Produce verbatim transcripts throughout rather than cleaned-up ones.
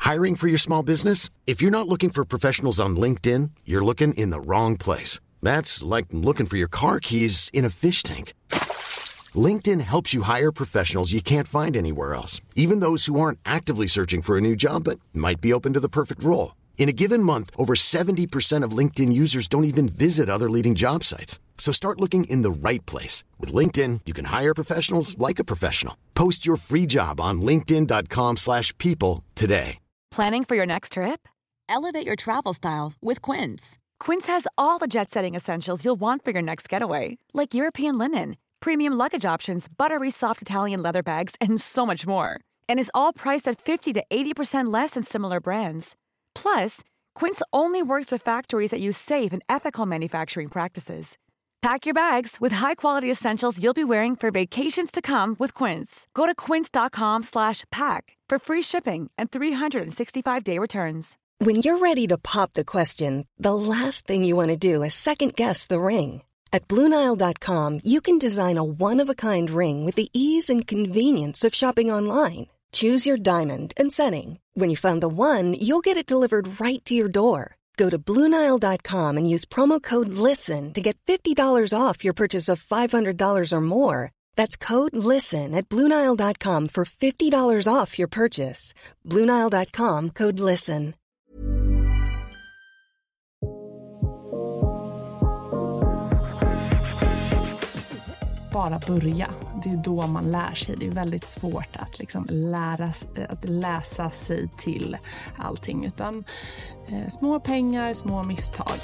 Hiring for your small business? If you're not looking for professionals on LinkedIn, you're looking in the wrong place. That's like looking for your car keys in a fish tank. LinkedIn helps you hire professionals you can't find anywhere else, even those who aren't actively searching for a new job but might be open to the perfect role. In a given month, over seventy percent of LinkedIn users don't even visit other leading job sites. So start looking in the right place. With LinkedIn, you can hire professionals like a professional. Post your free job on linkedin dot com slash people today. Planning for your next trip? Elevate your travel style with Quince. Quince has all the jet-setting essentials you'll want for your next getaway, like European linen, premium luggage options, buttery soft Italian leather bags, and so much more. And is all priced at fifty to eighty percent less than similar brands. Plus, Quince only works with factories that use safe and ethical manufacturing practices. Pack your bags with high-quality essentials you'll be wearing for vacations to come with Quince. Go to quince dot com slash pack for free shipping and three sixty-five day returns. When you're ready to pop the question, the last thing you want to do is second-guess the ring. At Blue Nile dot com, you can design a one-of-a-kind ring with the ease and convenience of shopping online. Choose your diamond and setting. When you find the one, you'll get it delivered right to your door. Go to Blue Nile dot com and use promo code LISTEN to get fifty dollars off your purchase of five hundred dollars or more. That's code LISTEN at Blue Nile dot com for fifty dollars off your purchase. Blue Nile dot com, code LISTEN. Bara börja. Det är då man lär sig. Det är väldigt svårt att liksom lära, att läsa sig till allting. Utan eh, små pengar, små misstag.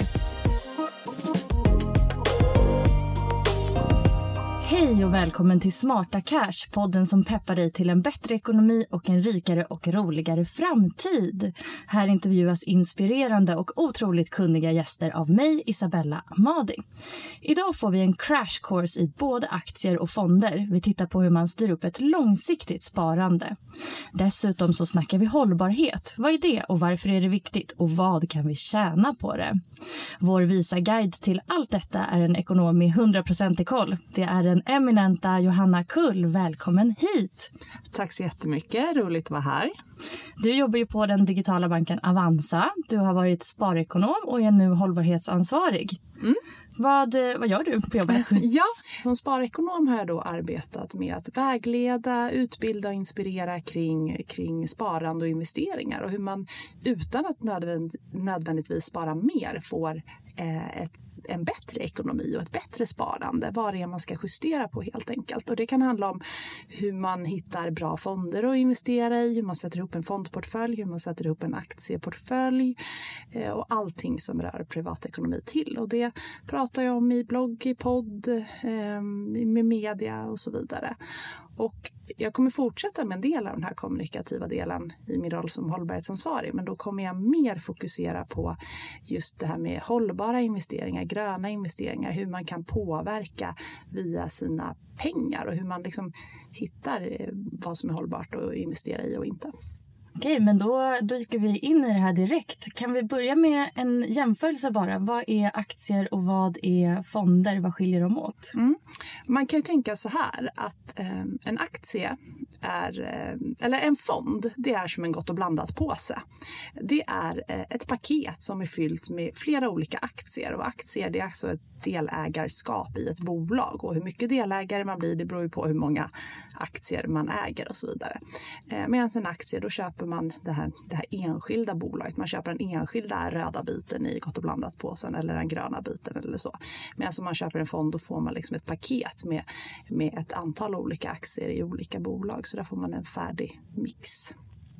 Hej och välkommen till Smarta Cash, podden som peppar dig till en bättre ekonomi och en rikare och roligare framtid. Här intervjuas inspirerande och otroligt kunniga gäster av mig, Isabella Amadi. Idag får vi en crash course i både aktier och fonder. Vi tittar på hur man styr upp ett långsiktigt sparande. Dessutom så snackar vi hållbarhet. Vad är det och varför är det viktigt och vad kan vi tjäna på det? Vår visa guide till allt detta är en ekonom med hundra procent i koll. Det är den eminenta Johanna Kull. Välkommen hit! Tack så jättemycket, roligt att vara här. Du jobbar ju på den digitala banken Avanza. Du har varit sparekonom och är nu hållbarhetsansvarig. Mm. Vad, vad gör du på jobbet? Ja, som sparekonom har jag då arbetat med att vägleda, utbilda och inspirera kring, kring sparande och investeringar. Och hur man utan att nödvänd, nödvändigtvis spara mer får eh, ett en bättre ekonomi och ett bättre sparande. Vad det är man ska justera på helt enkelt. Och det kan handla om hur man hittar bra fonder att investera i, hur man sätter ihop en fondportfölj, hur man sätter ihop en aktieportfölj eh, och allting som rör privatekonomi till. Och det pratar jag om i blogg, i podd, eh, med media och så vidare. Och jag kommer fortsätta med en del av den här kommunikativa delen i min roll som hållbarhetsansvarig. Men då kommer jag mer fokusera på just det här med hållbara investeringar, gröna investeringar. Hur man kan påverka via sina pengar och hur man liksom hittar vad som är hållbart att investera i och inte. Okej, men då dyker vi in i det här direkt. Kan vi börja med en jämförelse bara? Vad är aktier och vad är fonder? Vad skiljer de åt? Mm. Man kan ju tänka så här att eh, en aktie är, eh, eller en fond, det är som en gott och blandat påse. Det är eh, ett paket som är fyllt med flera olika aktier. Och aktier, det är alltså ett delägarskap i ett bolag. Och hur mycket delägare man blir, det beror ju på hur många aktier man äger och så vidare. Eh, medan en aktie, då köper man det här, det här enskilda bolaget. Man köper den enskilda röda biten i gott och blandat påsen eller den gröna biten eller så. Medan om man köper en fond, då får man liksom ett paket med, med ett antal olika aktier i olika bolag. Så där får man en färdig mix.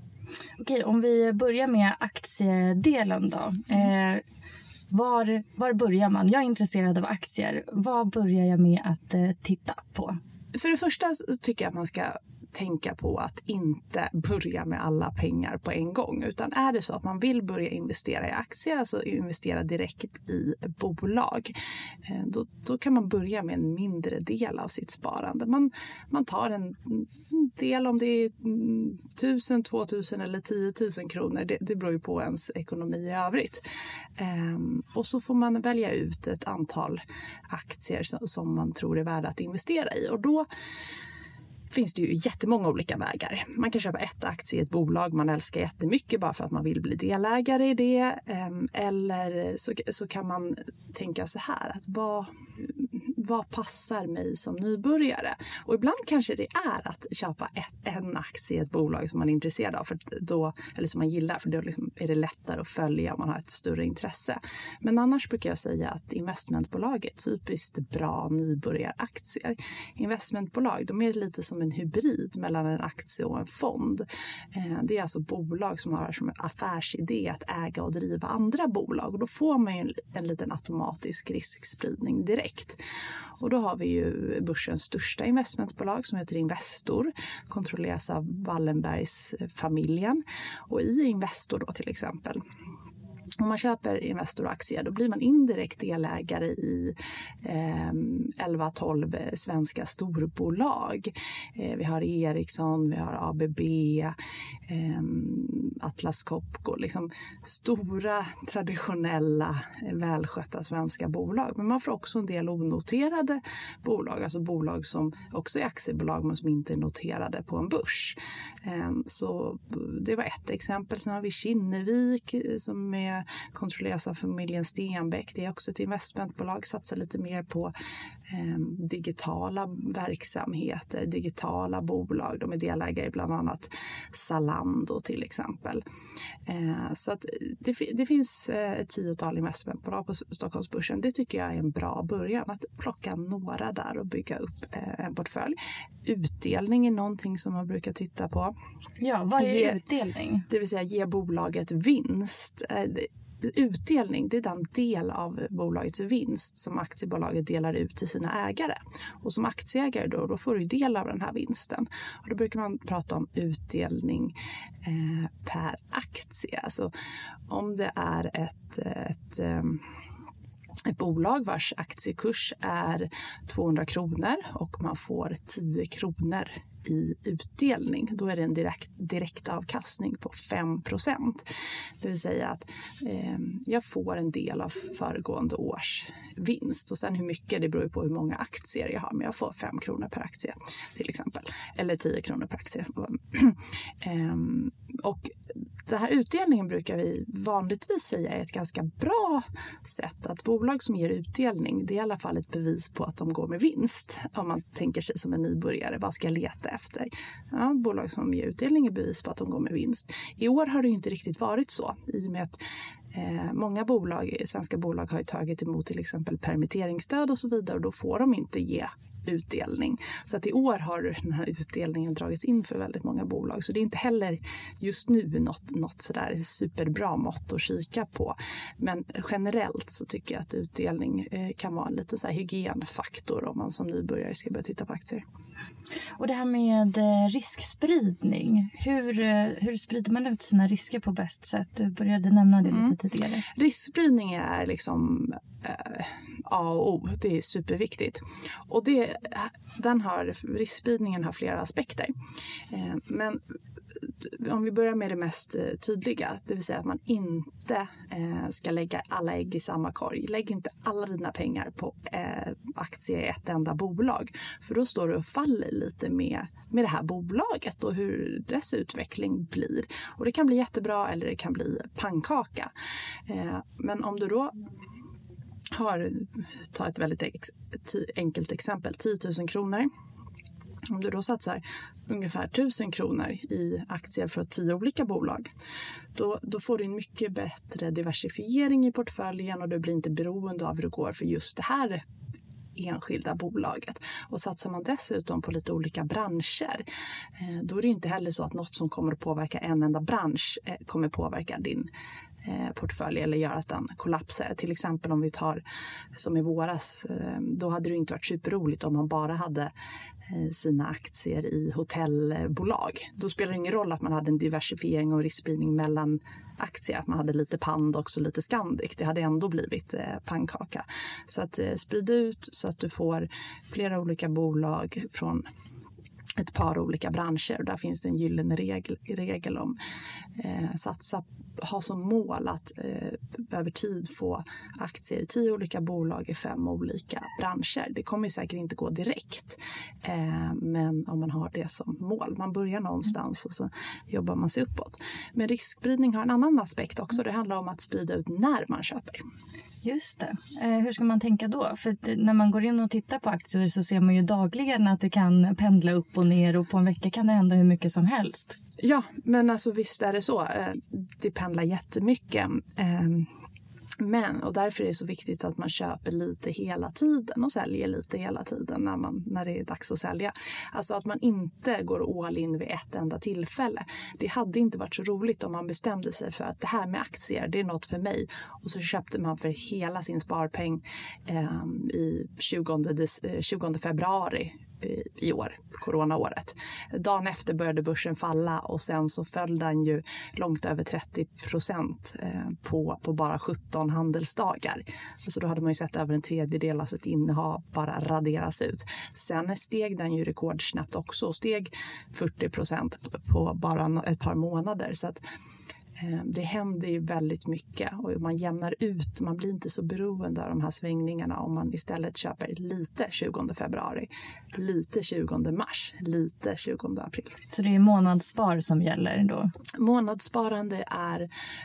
Okej, om vi börjar med aktiedelen då. Eh, var, var börjar man? Jag är intresserad av aktier. Vad börjar jag med att eh, titta på? För det första tycker jag att man ska tänka på att inte börja med alla pengar på en gång. Utan är det så att man vill börja investera i aktier, alltså investera direkt i bolag, då, då kan man börja med en mindre del av sitt sparande. Man, man tar en del, om det är tusen, tvåtusen eller tiotusen kronor, det, det beror ju på ens ekonomi i övrigt. Um, och så får man välja ut ett antal aktier som, som man tror är värda att investera i. Och då finns det ju jättemånga olika vägar. Man kan köpa ett aktie i ett bolag man älskar jättemycket bara för att man vill bli delägare i det. Eller så, så kan man tänka så här, att vad, vad passar mig som nybörjare? Och ibland kanske det är att köpa ett, en aktie i ett bolag som man är intresserad av, för då, eller som man gillar, för då liksom är det lättare att följa om man har ett större intresse. Men annars brukar jag säga att investmentbolag är typiskt bra nybörjaraktier. Investmentbolag, de är lite som en hybrid mellan en aktie och en fond. Det är alltså bolag som har som affärsidé att äga och driva andra bolag, och då får man ju en, en liten automatisk riskspridning direkt. Och då har vi ju börsens största investmentbolag som heter Investor, kontrolleras av Wallenbergs-familjen, och i Investor då till exempel, om man köper Investor-aktier, då blir man indirekt delägare i eh, elva tolv svenska storbolag. Eh, vi har Ericsson, vi har A B B, eh, Atlas Copco, liksom stora, traditionella, välskötta svenska bolag. Men man får också en del onoterade bolag, alltså bolag som också är aktiebolag men som inte är noterade på en börs. Eh, så det var ett exempel. Sen har vi Kinnevik som är kontrolleras av familjen Stenbeck. Det är också ett investmentbolag, satsar lite mer på eh, digitala verksamheter, digitala bolag. De är delägare i bland annat Zalando till exempel. Eh, så att det, det finns ett tiotal investmentbolag på Stockholmsbörsen. Det tycker jag är en bra början, att plocka några där och bygga upp eh, en portfölj. Utdelning är någonting som man brukar titta på. Ja, vad är ge, utdelning? Det vill säga ge bolaget vinst. Utdelning, det är den del av bolagets vinst som aktiebolaget delar ut till sina ägare. Och som aktieägare då, då får du del av den här vinsten. Och då brukar man prata om utdelning eh, per aktie. Alltså om det är ett... ett eh, Ett bolag vars aktiekurs är tvåhundra kronor och man får tio kronor i utdelning, då är det en direkt, direkt avkastning på fem procent. Det vill säga att eh, jag får en del av föregående års vinst, och sen hur mycket, det beror på hur många aktier jag har, men jag får fem kronor per aktie till exempel, eller tio kronor per aktie. eh, och den här utdelningen brukar vi vanligtvis säga är ett ganska bra sätt, att bolag som ger utdelning, det är i alla fall ett bevis på att de går med vinst. Om man tänker sig som en nybörjare, vad ska jag leta efter? Ja, bolag som ger utdelning är bevis på att de går med vinst. I år har det ju inte riktigt varit så, i och med att Eh, många bolag, svenska bolag har ju tagit emot till exempel permitteringsstöd och så vidare, och då får de inte ge utdelning. Så att i år har den här utdelningen dragits in för väldigt många bolag. Så det är inte heller just nu något, något sådär superbra mått att kika på. Men generellt så tycker jag att utdelning eh, kan vara en liten så här hygienfaktor om man som nybörjare ska börja titta på aktier. Och det här med riskspridning, hur, hur sprider man ut sina risker på bäst sätt? Du började nämna det mm. lite tidigare. Riskspridning är liksom eh, A och O, det är superviktigt. Och det, den har, riskspridningen har flera aspekter. Eh, men om vi börjar med det mest tydliga, det vill säga att man inte eh, ska lägga alla ägg i samma korg. Lägg inte alla dina pengar på eh, aktier i ett enda bolag, för då står du och faller lite med, med det här bolaget och hur dess utveckling blir. Och det kan bli jättebra eller det kan bli pannkaka. Eh, men om du då har, ta ett väldigt ex, enkelt exempel, tio tusen kronor. Om du då satsar ungefär tusen kronor i aktier för tio olika bolag, då, då får du en mycket bättre diversifiering i portföljen och du blir inte beroende av hur det går för just det här enskilda bolaget. Och satsar man dessutom på lite olika branscher, eh, då är det inte heller så att något som kommer att påverka en enda bransch eh, kommer påverka din portfölj eller gör att den kollapsar. Till exempel om vi tar som i våras, då hade det inte varit superroligt om man bara hade sina aktier i hotellbolag. Då spelar det ingen roll att man hade en diversifiering och riskspridning mellan aktier. Att man hade lite Pandox och lite Scandic. Det hade ändå blivit pannkaka. Så att sprida ut så att du får flera olika bolag från ett par olika branscher. Där finns det en gyllene regel, regel om eh, satsa ha som mål att eh, över tid få aktier i tio olika bolag i fem olika branscher. Det kommer ju säkert inte gå direkt, eh, men om man har det som mål. Man börjar någonstans och så jobbar man sig uppåt. Men riskspridning har en annan aspekt också. Det handlar om att sprida ut när man köper. Just det. Eh, hur ska man tänka då? För när man går in och tittar på aktier så ser man ju dagligen att det kan pendla upp och ner och på en vecka kan det hända hur mycket som helst. Ja, men alltså visst är det så. Det pendlar jättemycket. Men, och därför är det så viktigt att man köper lite hela tiden och säljer lite hela tiden när, man, när det är dags att sälja. Alltså att man inte går all in vid ett enda tillfälle. Det hade inte varit så roligt om man bestämde sig för att det här med aktier, det är något för mig. Och så köpte man för hela sin sparpeng eh, i tjugonde februari i år, coronaåret. Dagen efter började börsen falla och sen så föll den ju långt över trettio procent på, på bara sjutton handelsdagar. Så då hade man ju sett över en tredjedel av sitt innehav bara raderas ut. Sen steg den ju rekordsnabbt också och steg fyrtio procent på bara ett par månader. Så att det händer ju väldigt mycket och man jämnar ut, man blir inte så beroende av de här svängningarna om man istället köper lite tjugonde februari, lite tjugonde mars, lite tjugonde april. Så det är månadsspar som gäller då? Månadssparande är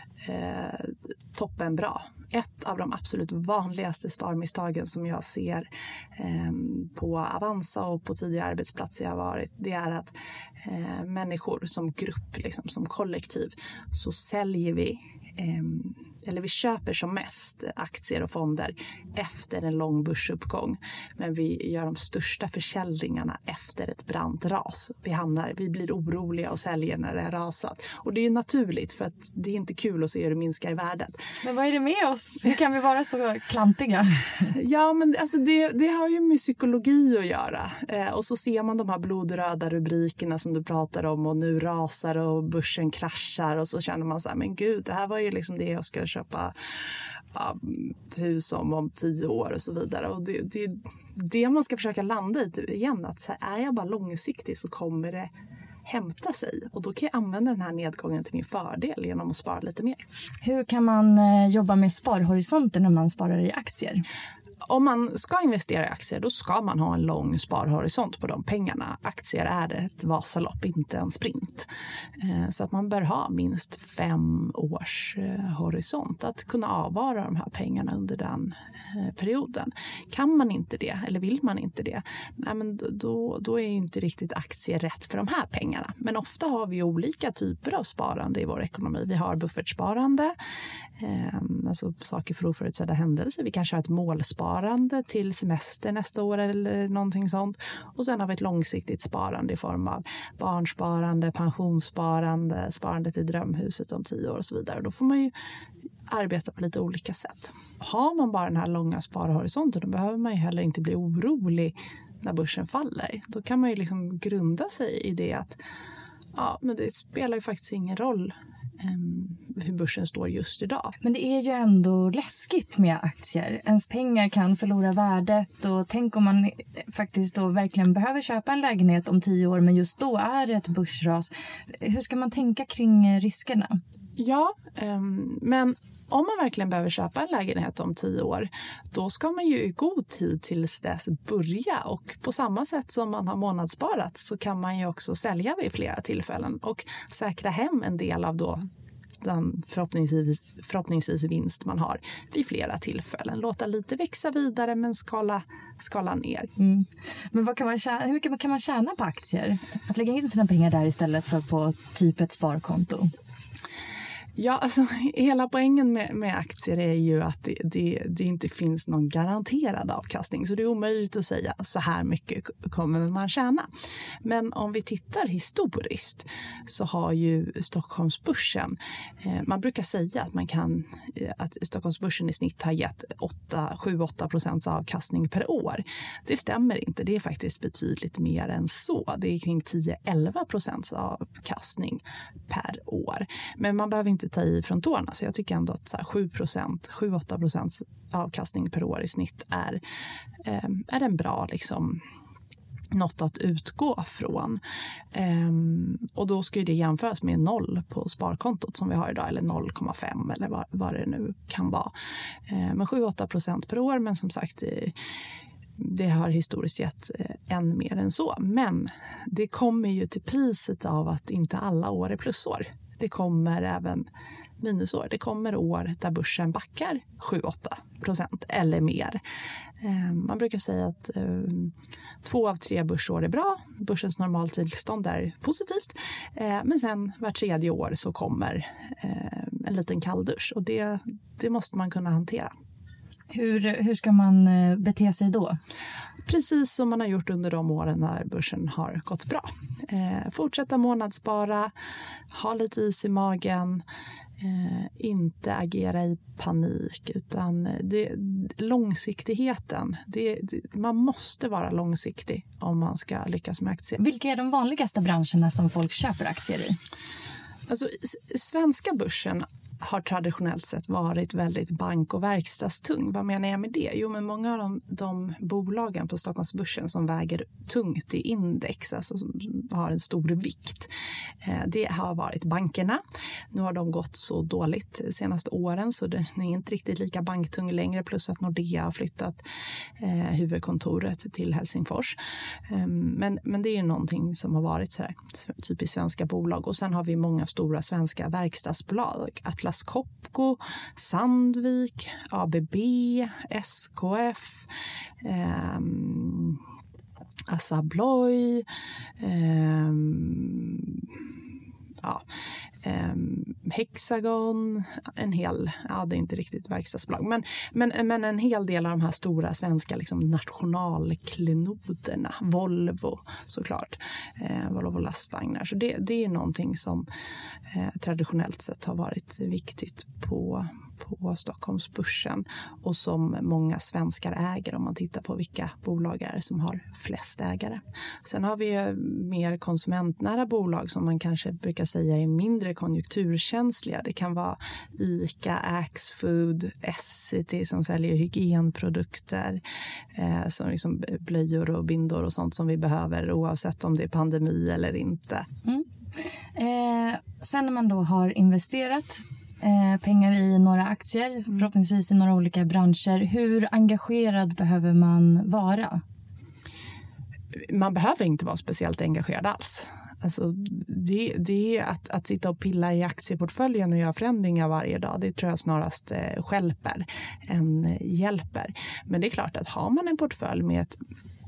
eh, toppen bra. Ett av de absolut vanligaste sparmisstagen som jag ser eh, på Avanza och på tidigare arbetsplatser jag har varit, det är att eh, människor som grupp, liksom, som kollektiv, så säljer vi eh, eller vi köper som mest aktier och fonder efter en lång börsuppgång. Men vi gör de största försäljningarna efter ett brant ras. Vi, hamnar, vi blir oroliga och säljer när det är rasat. Och det är naturligt för att det är inte kul att se hur det minskar i värdet. Men vad är det med oss? Hur kan vi vara så klantiga? Ja, men alltså det, det har ju med psykologi att göra. Eh, och så ser man de här blodröda rubrikerna som du pratar om och nu rasar och börsen kraschar och så känner man så här, men gud, det här var ju liksom det jag ska köpa ja, hus om om tio år och så vidare. Och det, det, det man ska försöka landa i igen, att så här, är jag bara långsiktig så kommer det hämta sig. Och då kan jag använda den här nedgången till min fördel genom att spara lite mer. Hur kan man eh, jobba med sparhorisonten när man sparar i aktier? Om man ska investera i aktier, då ska man ha en lång sparhorisont på de pengarna. Aktier är ett Vasalopp, inte en sprint. Så att man bör ha minst fem års horisont att kunna avvara de här pengarna under den perioden. Kan man inte det, eller vill man inte det, nej men då, då är inte riktigt aktier rätt för de här pengarna. Men ofta har vi olika typer av sparande i vår ekonomi. Vi har buffertsparande, alltså saker för oförutsedda händelser. Vi kanske har ett målsparande till semester nästa år eller någonting sånt. Och sen har vi ett långsiktigt sparande i form av barnsparande, pensionssparande, sparande till drömhuset om tio år och så vidare. Då får man ju arbeta på lite olika sätt. Har man bara den här långa sparhorisonten, då behöver man ju heller inte bli orolig när börsen faller. Då kan man ju liksom grunda sig i det att ja, men det spelar ju faktiskt ingen roll hur börsen står just idag. Men det är ju ändå läskigt med aktier. Ens pengar kan förlora värdet och tänk om man faktiskt då verkligen behöver köpa en lägenhet om tio år men just då är det ett börsras. Hur ska man tänka kring riskerna? Ja, men om man verkligen behöver köpa en lägenhet om tio år, då ska man ju i god tid tills dess börja. Och på samma sätt som man har månadssparat så kan man ju också sälja vid flera tillfällen och säkra hem en del av då den förhoppningsvis, förhoppningsvis vinst man har vid flera tillfällen. Låta lite växa vidare men skala, skala ner. Mm. Men vad kan man tjäna, hur mycket kan man tjäna på aktier? Att lägga in sina pengar där istället för på typ ett sparkonto? Ja, alltså hela poängen med, med aktier är ju att det, det, det inte finns någon garanterad avkastning. Så det är omöjligt att säga så här mycket kommer man tjäna. Men om vi tittar historiskt så har ju Stockholmsbörsen, eh, man brukar säga att man kan att Stockholmsbörsen i snitt har gett sju till åtta procents avkastning per år. Det stämmer inte, det är faktiskt betydligt mer än så. Det är kring tio till elva procents avkastning per år. Men man behöver inte ta i från tårna, så jag tycker ändå att så här sju till åtta procents avkastning per år i snitt är, eh, är en bra liksom, något att utgå från. Ehm, och då ska ju det jämföras med noll på sparkontot som vi har idag, eller noll komma fem eller vad, vad det nu kan vara. Ehm, men sju till åtta procent per år, men som sagt det, det har historiskt gett eh, än mer än så. Men det kommer ju till priset av att inte alla år är plusår. Det kommer även minusår. Det kommer år där börsen backar sju till åtta procent eller mer. Eh, man brukar säga att eh, två av tre börsår är bra. Börsens normaltillstånd är positivt. Eh, men sen var tredje år så kommer eh, en liten kalldusch. Och det, det måste man kunna hantera. Hur, hur ska man bete sig då? Precis som man har gjort under de åren när börsen har gått bra. Eh, fortsätta månadsspara, ha lite is i magen, eh, inte agera i panik, utan det, långsiktigheten. Det, det, man måste vara långsiktig om man ska lyckas med aktier. Vilka är de vanligaste branscherna som folk köper aktier i? Alltså, svenska börsen har traditionellt sett varit väldigt bank- och verkstadstung. Vad menar jag med det? Jo, men många av de, de bolagen på Stockholmsbörsen som väger tungt i index, alltså som har en stor vikt, eh, det har varit bankerna. Nu har de gått så dåligt de senaste åren så den är inte riktigt lika banktung längre, plus att Nordea har flyttat eh, huvudkontoret till Helsingfors. Eh, men, men det är ju någonting som har varit så här, typiskt svenska bolag. Och sen har vi många stora svenska verkstadsbolag, Atlas Copco, Sandvik, A B B, S K F, eh, Assa Abloy, eh, ja, eh, Hexagon, en hel, ja det är inte riktigt verkstadsbolag, men, men, men en hel del av de här stora svenska liksom, nationalklenoderna, Volvo såklart, eh, Volvo lastvagnar. Så det, det är någonting som eh, traditionellt sett har varit viktigt på på Stockholmsbörsen och som många svenskar äger om man tittar på vilka bolag är som har flest ägare. Sen har vi mer konsumentnära bolag som man kanske brukar säga är mindre konjunkturkänsliga. Det kan vara ICA, Axfood, Essity som säljer hygienprodukter, eh, som liksom blöjor och bindor och sånt som vi behöver oavsett om det är pandemi eller inte. Mm. Eh, sen när man då har investerat Eh, pengar i några aktier, mm. förhoppningsvis i några olika branscher. Hur engagerad behöver man vara? Man behöver inte vara speciellt engagerad alls. Alltså, det, det är att, att sitta och pilla i aktieportföljen och göra förändringar varje dag. Det tror jag snarast eh, stjälper än hjälper. Men det är klart att har man en portfölj med ett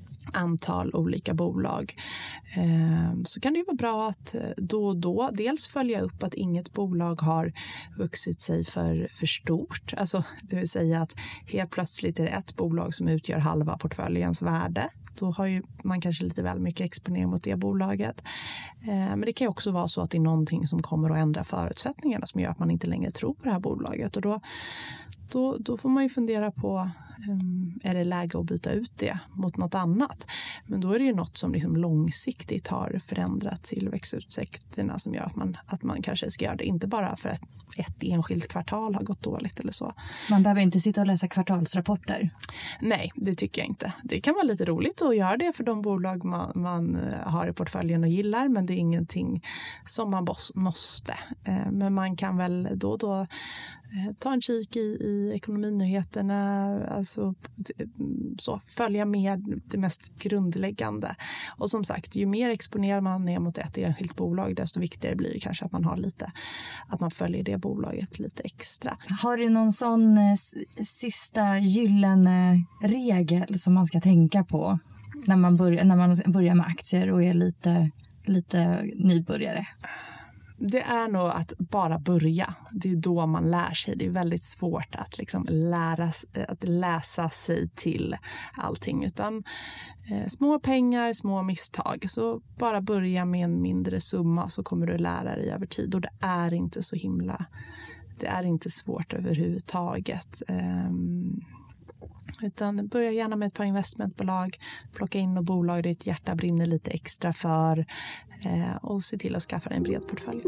antal olika bolag eh, så kan det ju vara bra att då och då dels följa upp att inget bolag har vuxit sig för, för stort. Alltså, det vill säga att helt plötsligt är det ett bolag som utgör halva portföljens värde. Då har ju man kanske lite väl mycket exponering mot det bolaget. Eh, men det kan ju också vara så att det är någonting som kommer att ändra förutsättningarna som gör att man inte längre tror på det här bolaget. Och då Då, då får man ju fundera på um, är det läge att byta ut det mot något annat. Men då är det ju något som liksom långsiktigt har förändrat tillväxtutsikterna som gör att man, att man kanske ska göra det. Inte bara för att ett enskilt kvartal har gått dåligt eller så. Man behöver inte sitta och läsa kvartalsrapporter. Nej, det tycker jag inte. Det kan vara lite roligt att göra det för de bolag man, man har i portföljen och gillar. Men det är ingenting som man måste. Men man kan väl då och då ta en kik i, i ekonominyheterna, alltså så, följa med det mest grundläggande. Och som sagt, ju mer exponerad man är mot ett enskilt bolag, desto viktigare blir det kanske att man har lite, att man följer det bolaget lite extra. Har du någon sån eh, sista gyllene regel som man ska tänka på när man börjar, när man börjar med aktier och är lite, lite nybörjare? Det är nog att bara börja. Det är då man lär sig. Det är väldigt svårt att, liksom lära, att läsa sig till allting. Utan eh, små pengar, små misstag. Så bara börja med en mindre summa så kommer du lära dig över tid. Och det är inte så himla... Det är inte svårt överhuvudtaget. Um, Utan börja gärna med ett par investmentbolag, plocka in några bolag ditt hjärta brinner lite extra för eh, och se till att skaffa dig en bred portfölj.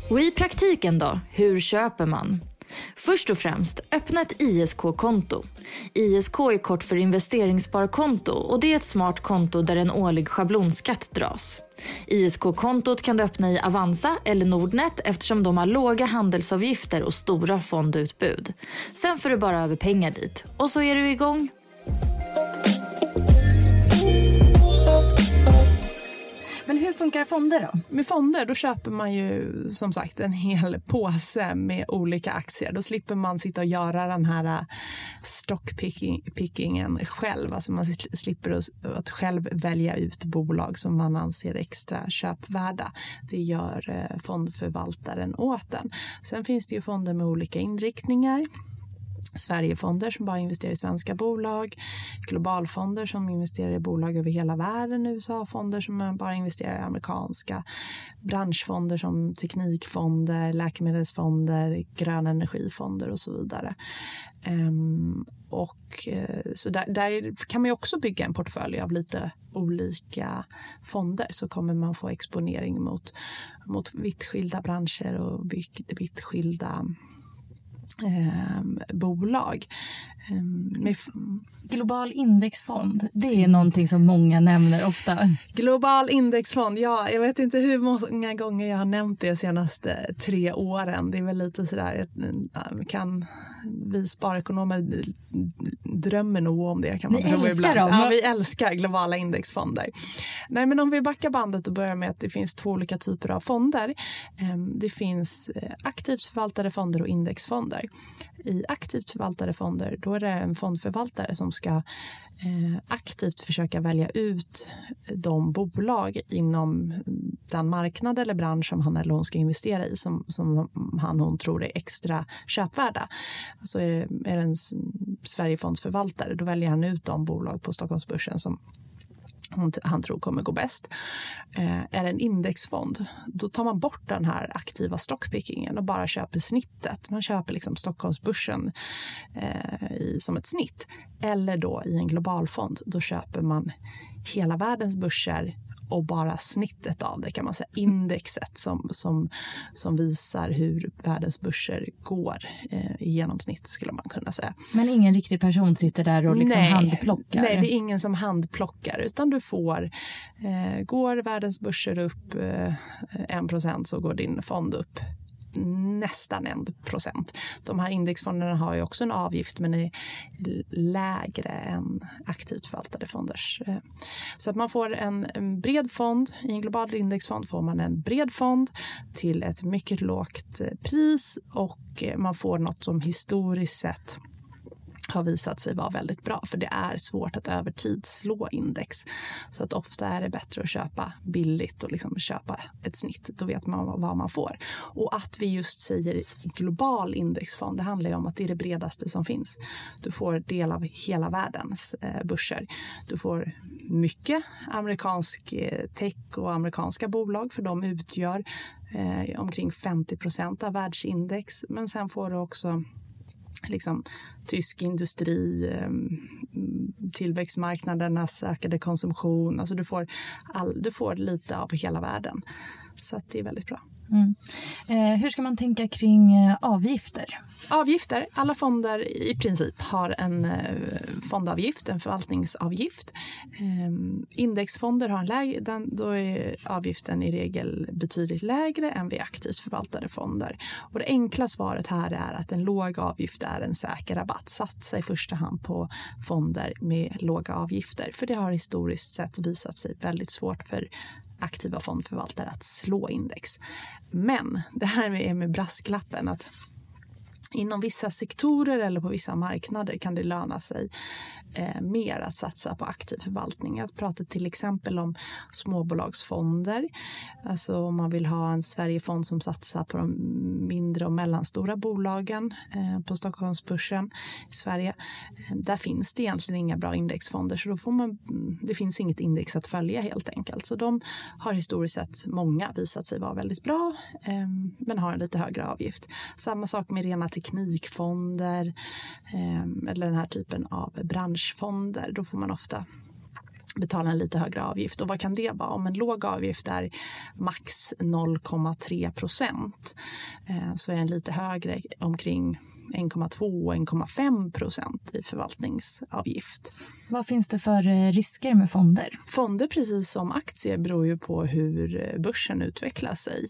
Och i praktiken då, hur köper man? Först och främst, öppna ett I S K-konto. I S K är kort för investeringssparkonto och det är ett smart konto där en årlig schablonskatt dras. I S K-kontot kan du öppna i Avanza eller Nordnet eftersom de har låga handelsavgifter och stora fondutbud. Sen får du bara över pengar dit och så är du igång. Men hur funkar fonder då? Med fonder då köper man ju som sagt en hel påse med olika aktier. Då slipper man sitta och göra den här stockpickingen själv. Alltså man slipper att själv välja ut bolag som man anser extra köpvärda. Det gör fondförvaltaren åt den. Sen finns det ju fonder med olika inriktningar. Sverigefonder som bara investerar i svenska bolag, globalfonder som investerar i bolag över hela världen, U S A-fonder som bara investerar i amerikanska, branschfonder som teknikfonder, läkemedelsfonder, gröna energifonder och så vidare. Um, och så där, där kan man ju också bygga en portfölj av lite olika fonder, så kommer man få exponering mot, mot vitt skilda branscher och vitt, vitt skilda Eh, bolag. Eh, med f- Global indexfond, det är någonting som många nämner ofta. Global indexfond, ja, jag vet inte hur många gånger jag har nämnt det de senaste tre åren. Det är väl lite sådär, kan vi sparekonomer drömmer nog om det. Kan man vi älskar dem. Ja, vi älskar globala indexfonder. Nej, men om vi backar bandet och börjar med att det finns två olika typer av fonder. Eh, det finns aktivt förvaltade fonder och indexfonder. I aktivt förvaltade fonder då är det en fondförvaltare som ska eh, aktivt försöka välja ut de bolag inom den marknad eller bransch som han eller hon ska investera i som, som han hon tror är extra köpvärda. Så är det, är det en Sverigefondsförvaltare, då väljer han ut de bolag på Stockholmsbörsen som han tror kommer gå bäst. Eh, är det en indexfond, då tar man bort den här aktiva stockpickingen och bara köper snittet. Man köper liksom Stockholmsbörsen eh, i, som ett snitt. Eller då i en globalfond, då köper man hela världens börser och bara snittet av det, kan man säga, indexet som, som, som visar hur världens börser går eh, i genomsnitt, skulle man kunna säga. Men ingen riktig person sitter där och liksom nej, handplockar? Nej, det är ingen som handplockar, utan du får, eh, går världens börser upp eh, en procent så går din fond upp nästan en procent. De här indexfonderna har ju också en avgift, men är lägre än aktivt förvaltade fonders. Så att man får en, en bred fond. I en global indexfond får man en bred fond till ett mycket lågt pris, och man får något som historiskt sett har visat sig vara väldigt bra, för det är svårt att över tid slå index. Så att ofta är det bättre att köpa billigt och liksom köpa ett snitt. Då vet man vad man får. Och att vi just säger global indexfond, det handlar ju om att det är det bredaste som finns. Du får del av hela världens eh, börser. Du får mycket amerikansk eh, tech och amerikanska bolag, för de utgör eh, omkring femtio procent av världsindex. Men sen får du också liksom tysk industri, tillväxtmarknadernas ökade konsumtion. Alltså du får, all, du får lite av hela världen. Så att det är väldigt bra. Mm. Eh, hur ska man tänka kring eh, avgifter? Avgifter. Alla fonder i princip har en eh, fondavgift, en förvaltningsavgift. Eh, indexfonder har en lägre, den, då är avgiften i regel betydligt lägre än vid aktivt förvaltade fonder. Och det enkla svaret här är att en låg avgift är en säker rabatt. Satsa i första hand på fonder med låga avgifter. För det har historiskt sett visat sig väldigt svårt för aktiva fondförvaltare att slå index. Men det här är med brasklappen att inom vissa sektorer eller på vissa marknader kan det löna sig eh, mer att satsa på aktiv förvaltning. Jag pratar till exempel om småbolagsfonder. Alltså om man vill ha en Sverigefond som satsar på de mindre och mellanstora bolagen eh, på Stockholmsbörsen i Sverige. Eh, där finns det egentligen inga bra indexfonder, så då får man, det finns inget index att följa helt enkelt. Så de har historiskt sett många visat sig vara väldigt bra eh, men har en lite högre avgift. Samma sak med rena teknikfonder eh, eller den här typen av branschfonder. Då får man ofta betala en lite högre avgift. Och vad kan det vara? Om en låg avgift är max noll komma tre procent eh, så är en lite högre omkring en komma två och en komma fem procent i förvaltningsavgift. Vad finns det för risker med fonder? Fonder, precis som aktier, beror ju på hur börsen utvecklar sig.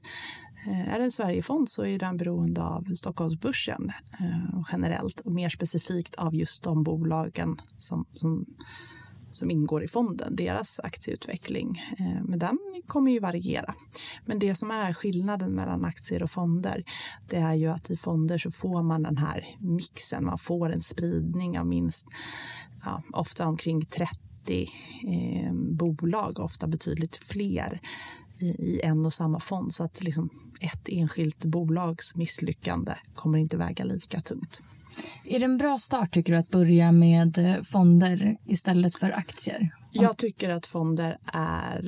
Är det en Sverigefond så är den beroende av Stockholmsbörsen eh, generellt och mer specifikt av just de bolagen som, som, som ingår i fonden, deras aktieutveckling. Eh, men den kommer ju variera. Men det som är skillnaden mellan aktier och fonder, det är ju att i fonder så får man den här mixen, man får en spridning av minst ja, ofta omkring trettio eh, bolag, ofta betydligt fler i en och samma fond, så att liksom ett enskilt bolags misslyckande kommer inte väga lika tungt. Är det en bra start tycker du att börja med fonder istället för aktier? Jag tycker att fonder är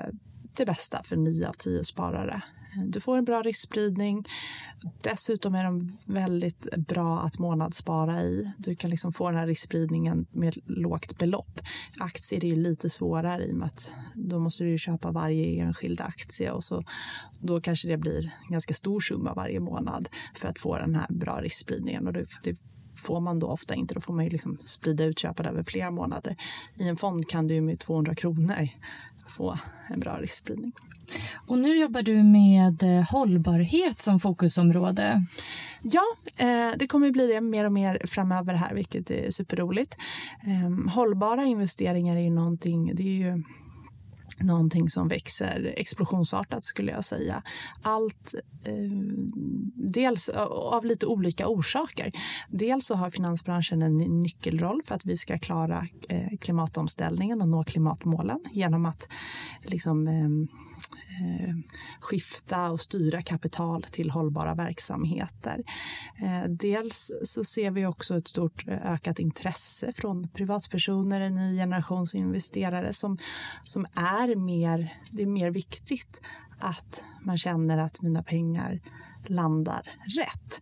det bästa för nio av tio sparare. Du får en bra riskspridning. Dessutom är de väldigt bra att månadsspara i. Du kan liksom få den här riskspridningen med lågt belopp. Aktier är ju lite svårare i och med att då måste du ju köpa varje enskild aktie och så, då kanske det blir en ganska stor summa varje månad för att få den här bra riskspridningen. Och det, det får man då ofta inte. Då får man ju liksom sprida ut köpa över flera månader. I en fond kan du med tvåhundra kronor få en bra riskspridning. Och nu jobbar du med hållbarhet som fokusområde. Ja, eh, det kommer bli det mer och mer framöver här, vilket är superroligt. Eh, hållbara investeringar är ju någonting, det är ju någonting som växer explosionsartat skulle jag säga. Allt eh, dels av lite olika orsaker. Dels så har finansbranschen en nyckelroll för att vi ska klara eh, klimatomställningen och nå klimatmålen genom att liksom eh, eh, skifta och styra kapital till hållbara verksamheter. Eh, dels så ser vi också ett stort ökat intresse från privatpersoner, en ny generations investerare som, som är Mer, det är mer viktigt att man känner att mina pengar landar rätt.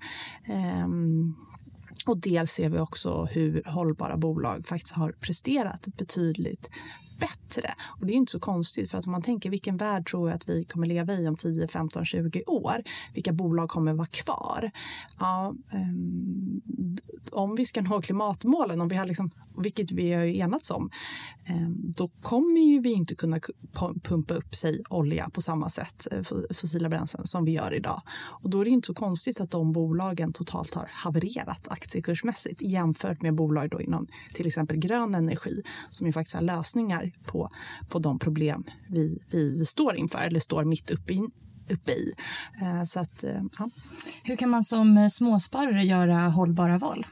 Um, och dels ser vi också hur hållbara bolag faktiskt har presterat betydligt bättre. Och det är inte så konstigt, för att om man tänker vilken värld tror jag att vi kommer leva i om tio, femton, tjugo år. Vilka bolag kommer vara kvar? Ja, um, om vi ska nå klimatmålen, om vi har liksom, vilket vi har enats om, um, då kommer ju vi inte kunna pumpa upp sig olja på samma sätt, fossila bränslen, som vi gör idag. Och då är det inte så konstigt att de bolagen totalt har havererat aktiekursmässigt jämfört med bolag då inom till exempel grön energi, som ju faktiskt har lösningar på, på de problem vi, vi, vi står inför eller står mitt uppe i. Uppe i. Eh, så att, eh, ja. Hur kan man som småsparare göra hållbara val?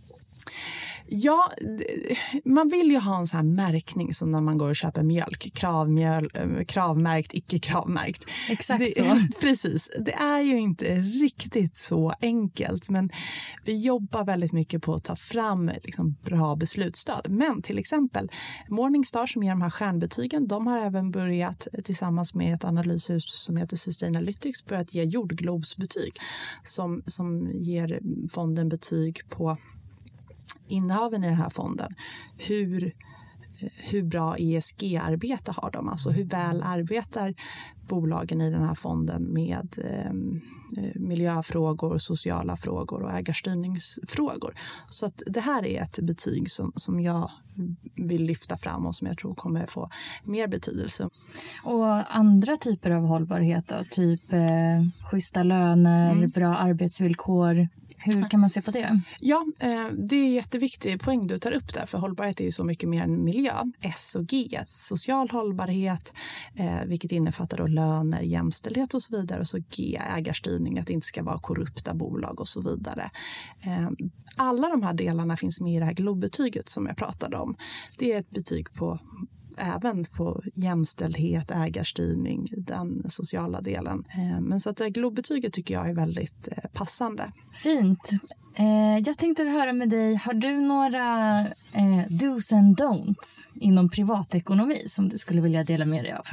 Ja, man vill ju ha en sån här märkning som när man går och köper mjölk. Kravmjöl, kravmärkt, icke kravmärkt. Exakt det, så. Precis. Det är ju inte riktigt så enkelt. Men vi jobbar väldigt mycket på att ta fram liksom bra beslutsstöd. Men till exempel Morningstar som ger de här stjärnbetygen, de har även börjat tillsammans med ett analyshus som heter Sustainalytics börjat ge jordglobsbetyg. Som, som ger fonden betyg på innehaven i den här fonden. Hur, hur bra E S G-arbete har de? Alltså hur väl arbetar bolagen i den här fonden med eh, miljöfrågor, sociala frågor och ägarstyrningsfrågor. Så att det här är ett betyg som, som jag vill lyfta fram och som jag tror kommer få mer betydelse. Och andra typer av hållbarhet då? Typ eh, schyssta löner, mm. bra arbetsvillkor. Hur kan man se på det? Ja, eh, det är en jätteviktig poäng du tar upp där, för hållbarhet är ju så mycket mer än miljö. S och G, social hållbarhet, eh, vilket innefattar då löner, jämställdhet och så vidare. Och så G, ägarstyrning, att det inte ska vara korrupta bolag och så vidare. Eh, alla de här delarna finns med i det här globbetyget som jag pratade om. Det är ett betyg på även på jämställdhet, ägarstyrning, den sociala delen. Men så att det globbetyget tycker jag är väldigt passande. Fint. Jag tänkte höra med dig, har du några do's and don'ts inom privatekonomi som du skulle vilja dela med dig av?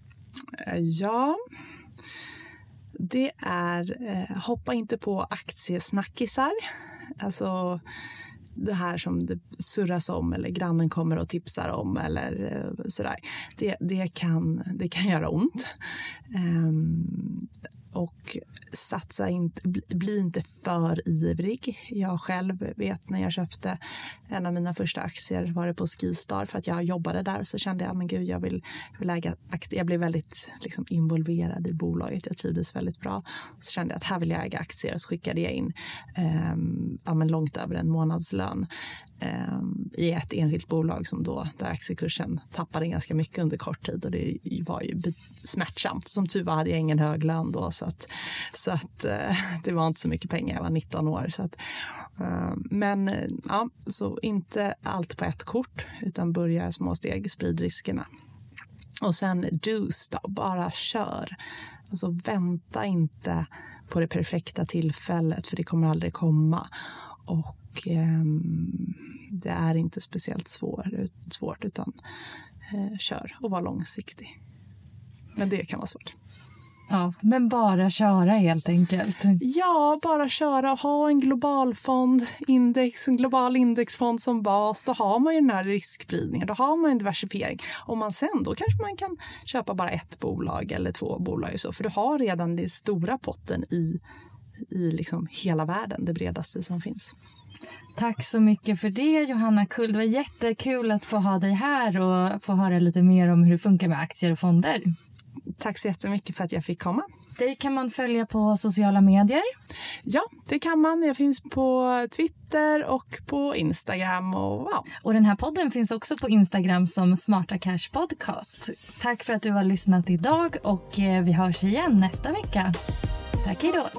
Ja, det är hoppa inte på aktiesnackisar. Alltså det här som det surras om eller grannen kommer och tipsar om eller sådär. Det, det, kan, det kan göra ont. Um, och satsa inte, bli inte för ivrig. Jag själv vet när jag köpte en av mina första aktier var det på Skistar för att jag jobbade där, så kände jag men gud jag vill, jag vill äga aktier. Jag blev väldigt liksom, involverad i bolaget, jag trivdes väldigt bra. Så kände jag att här vill jag äga aktier, och så skickade jag in um, ja, men långt över en månadslön um, i ett enskilt bolag som då, där aktiekursen tappade ganska mycket under kort tid, och det var ju smärtsamt. Som tur var hade jag ingen hög lön då, så att, så att uh, det var inte så mycket pengar, jag var nitton år. Så att, uh, men ja, så inte allt på ett kort, utan börja små steg, sprid riskerna. Och sen do's då, bara kör. Alltså vänta inte på det perfekta tillfället, för det kommer aldrig komma. Och eh, det är inte speciellt svår, svårt, utan eh, kör och var långsiktig. Men det kan vara svårt. Ja, men bara köra helt enkelt. Ja, bara köra och ha en global fond, index, en global indexfond som bas. Då har man ju den här riskspridningen, då har man en diversifiering. Om man sen, då kanske man kan köpa bara ett bolag eller två bolag och så. För du har redan den stora potten i, i liksom hela världen, det bredaste som finns. Tack så mycket för det, Johanna Kull. Det var jättekul att få ha dig här och få höra lite mer om hur det funkar med aktier och fonder. Tack så jättemycket för att jag fick komma. Dig kan man följa på sociala medier. Ja, det kan man. Jag finns på Twitter och på Instagram. Och, ja. och den här podden finns också på Instagram som Smarta Cash Podcast. Tack för att du har lyssnat idag, och vi hörs igen nästa vecka. Tack, hej då!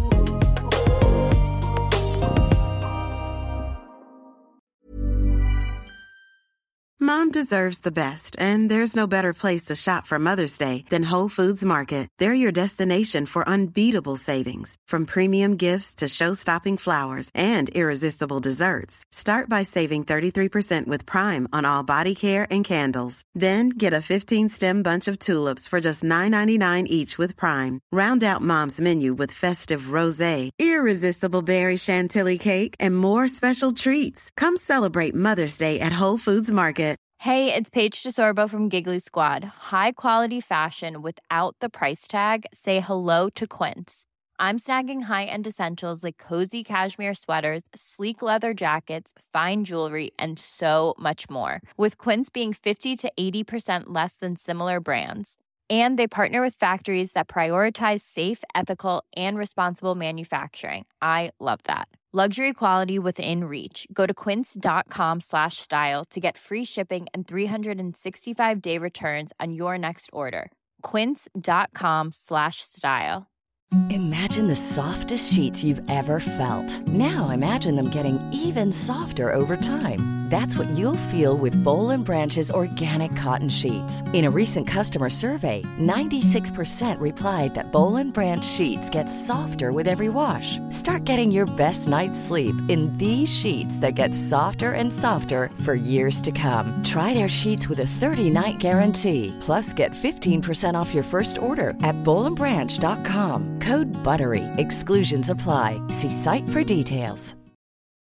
Mom deserves the best, and there's no better place to shop for Mother's Day than Whole Foods Market. They're your destination for unbeatable savings, from premium gifts to show-stopping flowers and irresistible desserts. Start by saving thirty-three percent with Prime on all body care and candles. Then get a fifteen-stem bunch of tulips for just nine ninety-nine each with Prime. Round out Mom's menu with festive rosé, irresistible berry chantilly cake, and more special treats. Come celebrate Mother's Day at Whole Foods Market. Hey, it's Paige DeSorbo from Giggly Squad. High quality fashion without the price tag. Say hello to Quince. I'm snagging high-end essentials like cozy cashmere sweaters, sleek leather jackets, fine jewelry, and so much more. With Quince being fifty to eighty percent less than similar brands. And they partner with factories that prioritize safe, ethical, and responsible manufacturing. I love that. Luxury quality within reach. Go to quince.com slash style to get free shipping and three sixty-five day returns on your next order. Quince.com slash style. Imagine the softest sheets you've ever felt. Now imagine them getting even softer over time. That's what you'll feel with Boll and Branch's organic cotton sheets. In a recent customer survey, ninety-six percent replied that Boll and Branch sheets get softer with every wash. Start getting your best night's sleep in these sheets that get softer and softer for years to come. Try their sheets with a thirty-night guarantee. Plus, get fifteen percent off your first order at boll and branch dot com. Code BUTTERY. Exclusions apply. See site for details.